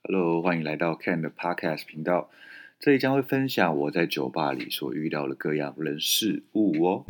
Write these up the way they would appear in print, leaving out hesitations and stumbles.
Hello，欢迎来到 Ken 的 Podcast 频道。这里将会分享我在酒吧里所遇到的各样人事物哦。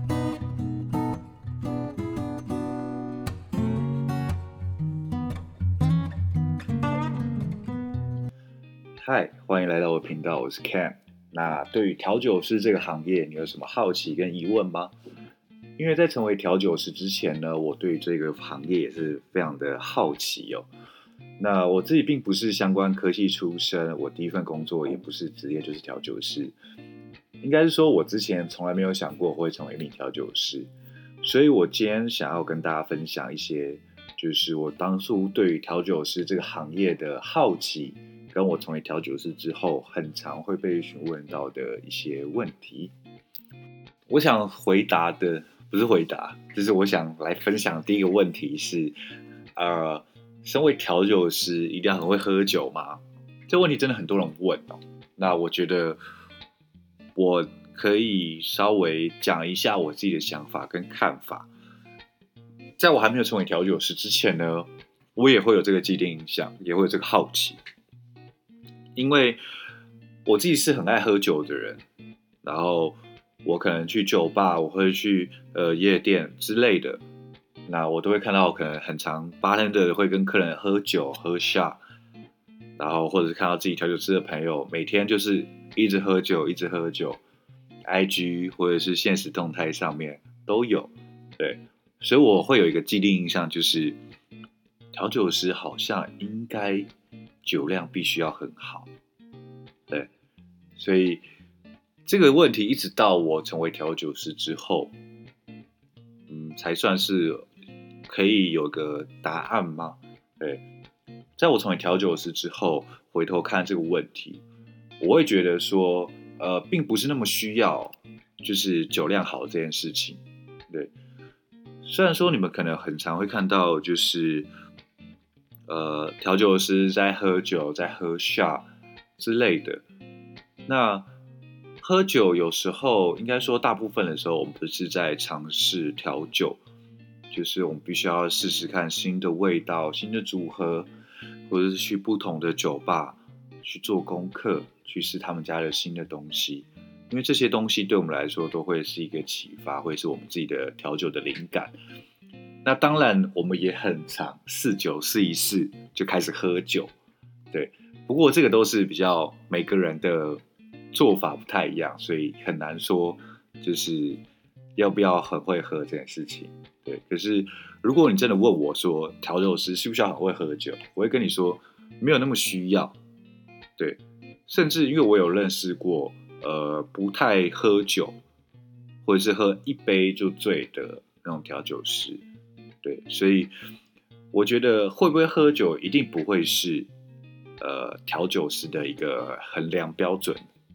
嗨，欢迎来到我的频道，我是 Ken。那对于调酒师这个行业，你有什么好奇跟疑问吗？因为在成为调酒师之前呢，我对这个行业也是非常的好奇哦。那我自己并不是相关科系出身，我第一份工作也不是职业就是调酒师，应该是说我之前从来没有想过会成为一名调酒师，所以我今天想要跟大家分享一些，就是我当初对于调酒师这个行业的好奇，跟我成为调酒师之后很常会被询问到的一些问题。我想回答的不是回答，就是我想来分享的第一个问题是，身为调酒师一定要很会喝酒吗？这个问题真的很多人问哦。那我觉得我可以稍微讲一下我自己的想法跟看法。在我还没有成为调酒师之前呢，我也会有这个既定印象，也会有这个好奇，因为我自己是很爱喝酒的人，然后我可能去酒吧，我会去夜店之类的，那我都会看到可能很常bartender会跟客人喝酒喝 shot，然后或者是看到自己调酒师的朋友每天就是一直喝酒一直喝酒，IG 或者是现实动态上面都有，对，所以我会有一个既定印象，就是调酒师好像应该酒量必须要很好，对，所以这个问题一直到我成为调酒师之后，才算是可以有个答案嘛。对，在我成为调酒师之后，回头看这个问题，我会觉得说，并不是那么需要，就是酒量好这件事情。对，虽然说你们可能很常会看到，就是调酒师在喝酒，在喝 shot 之类的。那喝酒有时候，应该说大部分的时候，我们不是在尝试调酒，就是我们必须要试试看新的味道、新的组合，或者是去不同的酒吧去做功课，去试他们家的新的东西。因为这些东西对我们来说都会是一个启发，会是我们自己的调酒的灵感。那当然，我们也很常试酒试一试就开始喝酒，对。不过这个都是比较每个人的做法不太一样，所以很难说就是要不要很会喝这件事情。对，可是如果你真的问我说调酒师需不需要很会喝酒，我会跟你说没有那么需要。对，甚至因为我有认识过不太喝酒，或者是喝一杯就醉的那种调酒师。对，所以我觉得会不会喝酒一定不会是调酒师的一个衡量标准。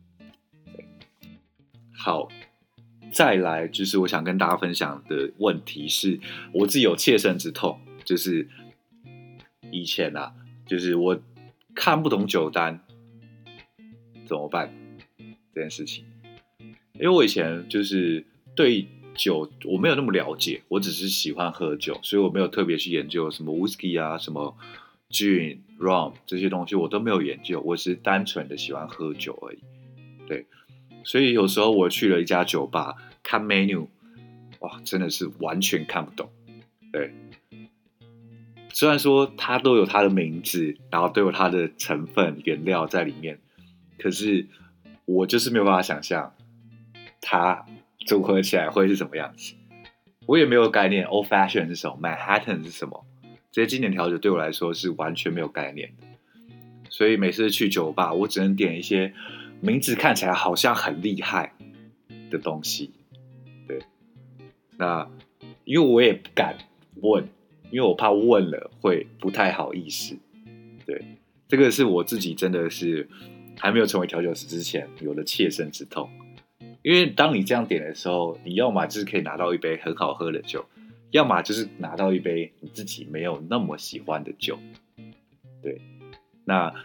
好，再来就是我想跟大家分享的问题是，我自己有切身之痛，就是以前啊，就是我看不懂酒单怎么办这件事情，因为我以前就是对酒我没有那么了解，我只是喜欢喝酒，所以我没有特别去研究什么 whisky 啊、什么 gin、rum 这些东西我都没有研究，我只是单纯的喜欢喝酒而已。对，所以有时候我去了一家酒吧看 menu，哇，真的是完全看不懂。对，虽然说它都有它的名字，然后都有它的成分原料在里面，可是我就是没有办法想象它组合起来会是什么样子。我也没有概念 Old Fashion 是什么 ，Manhattan 是什么，这些经典调酒对我来说是完全没有概念的。所以每次去酒吧，我只能点一些名字看起来好像很厉害的东西。对，那因为我也不敢问，因为我怕问了会不太好意思。对，这个是我自己真的是还没有成为调酒师之前有的切身之痛。因为当你这样点的时候，你要么就是可以拿到一杯很好喝的酒，要么就是拿到一杯你自己没有那么喜欢的酒。对，那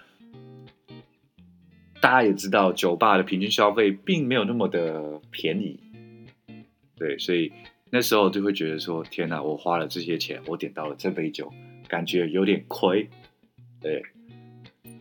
大家也知道，酒吧的平均消费并没有那么的便宜。对，所以那时候就会觉得说，天哪，我花了这些钱，我点到了这杯酒，感觉有点亏。对，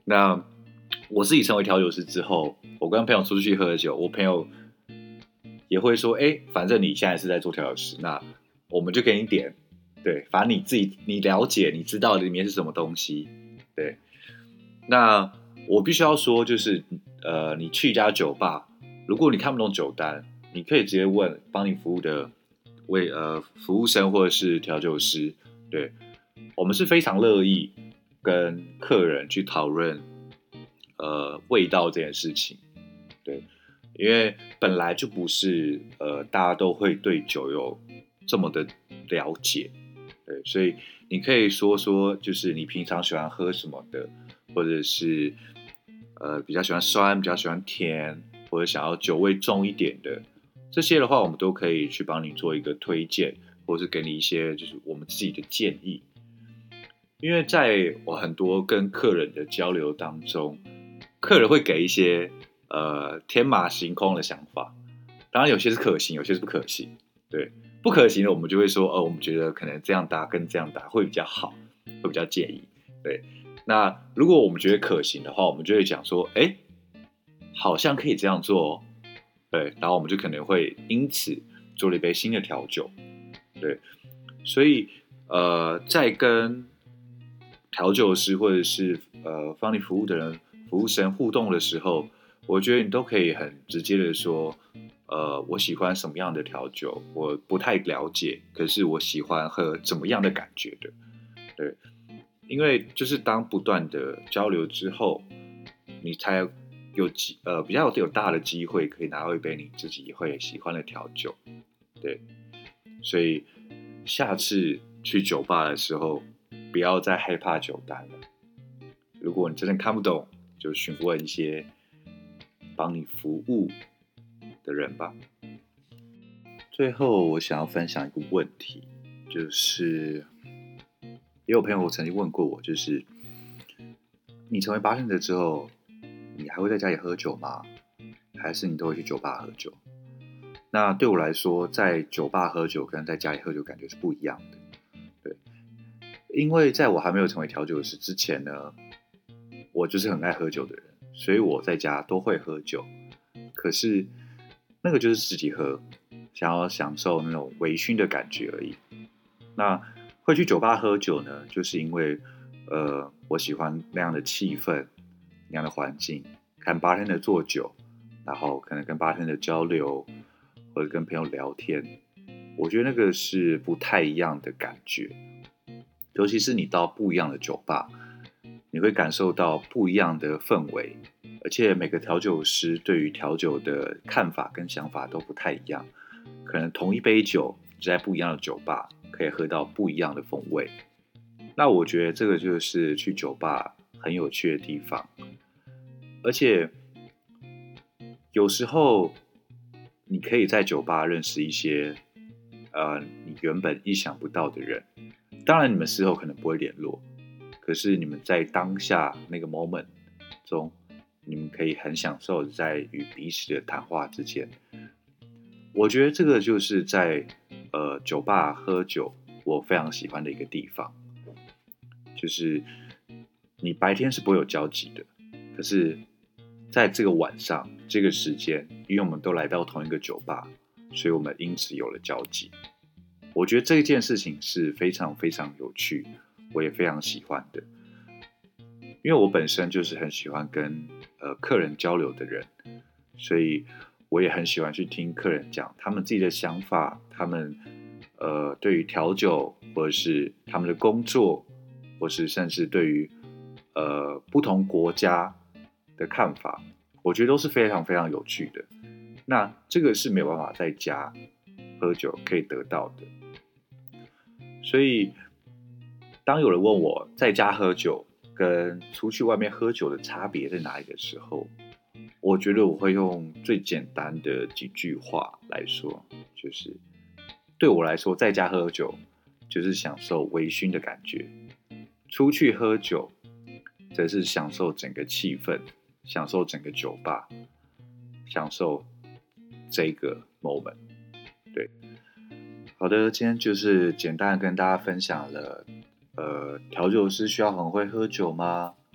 那我自己成为调酒师之后，我跟朋友出去喝酒，我朋友也会说，反正你现在是在做调酒师，那我们就给你点，对，反正你自己你了解，你知道里面是什么东西，对。那我必须要说，就是你去一家酒吧，如果你看不懂酒单，你可以直接问帮你服务的服务生或者是调酒师，对，我们是非常乐意跟客人去讨论味道这件事情，对，因为本来就不是大家都会对酒有这么的了解，对，所以你可以说说，就是你平常喜欢喝什么的，或者是比较喜欢酸，比较喜欢甜，或者想要酒味重一点的，这些的话，我们都可以去帮你做一个推荐，或者是给你一些就是我们自己的建议。因为在我很多跟客人的交流当中，客人会给一些天马行空的想法，当然有些是可行，有些是不可行。对，不可行的我们就会说，我们觉得可能这样搭跟这样搭会比较好，会比较建议。对，那如果我们觉得可行的话，我们就会讲说，好像可以这样做哦。对，然后我们就可能会因此做了一杯新的调酒。对，所以在跟调酒师或者是帮你服务的人、服务生互动的时候，我觉得你都可以很直接的说，我喜欢什么样的调酒，我不太了解，可是我喜欢喝怎么样的感觉的。对，因为就是当不断的交流之后，你才比较有大的机会可以拿到一杯你自己会喜欢的调酒。对，所以下次去酒吧的时候，不要再害怕酒单了。如果你真的看不懂，就询问一些帮你服务的人吧。最后，我想要分享一个问题，就是也有朋友曾经问过我，就是你成为bartender之后，你还会在家里喝酒吗？还是你都会去酒吧喝酒？那对我来说，在酒吧喝酒跟在家里喝酒感觉是不一样的。对，因为在我还没有成为调酒师之前呢，我就是很爱喝酒的人，所以我在家都会喝酒。可是那个就是自己喝，想要享受那种微醺的感觉而已。那会去酒吧喝酒呢，就是因为我喜欢那样的气氛、那样的环境，看bartender做酒，然后可能跟bartender交流，或者跟朋友聊天，我觉得那个是不太一样的感觉。尤其是你到不一样的酒吧，你会感受到不一样的氛围，而且每个调酒师对于调酒的看法跟想法都不太一样。可能同一杯酒，在不一样的酒吧可以喝到不一样的风味。那我觉得这个就是去酒吧很有趣的地方，而且有时候你可以在酒吧认识一些你原本意想不到的人。当然，你们事后可能不会联络，可是你们在当下那个 moment 中，你们可以很享受在与彼此的谈话之间。我觉得这个就是在酒吧喝酒，我非常喜欢的一个地方，就是你白天是不会有交集的，可是在这个晚上这个时间，因为我们都来到同一个酒吧，所以我们因此有了交集。我觉得这件事情是非常非常有趣，我也非常喜欢的，因为我本身就是很喜欢跟客人交流的人，所以我也很喜欢去听客人讲他们自己的想法，他们对于调酒，或者是他们的工作，或是甚至对于不同国家的看法，我觉得都是非常非常有趣的。那这个是没有办法在家喝酒可以得到的。所以，当有人问我在家喝酒跟出去外面喝酒的差别在哪里的时候，我觉得我会用最简单的几句话来说，就是对我来说，在家喝酒就是享受微醺的感觉，出去喝酒则是享受整个气氛，享受整个酒吧，享受这个 moment。对。好的，今天就是简单的跟大家分享了，调酒师需要很会喝酒吗？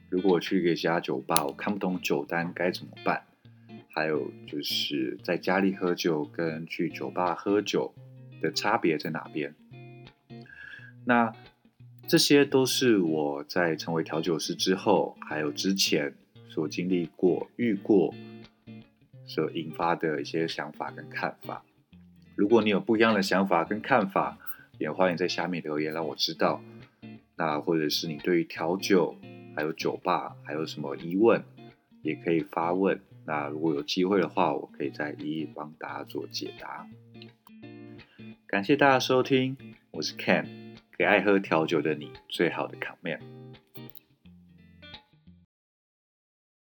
如果去一个家酒吧，我看不懂酒单该怎么办？还有就是在家里喝酒跟去酒吧喝酒的差别在哪边？那这些都是我在成为调酒师之后，还有之前所经历过、遇过所引发的一些想法跟看法。如果你有不一样的想法跟看法，也欢迎在下面留言让我知道。那或者是你对于调酒还有酒吧还有什么疑问，也可以发问。那如果有机会的话，我可以再一一帮大家做解答。感谢大家收听，我是 Ken，给爱喝调酒的你最好的 comment。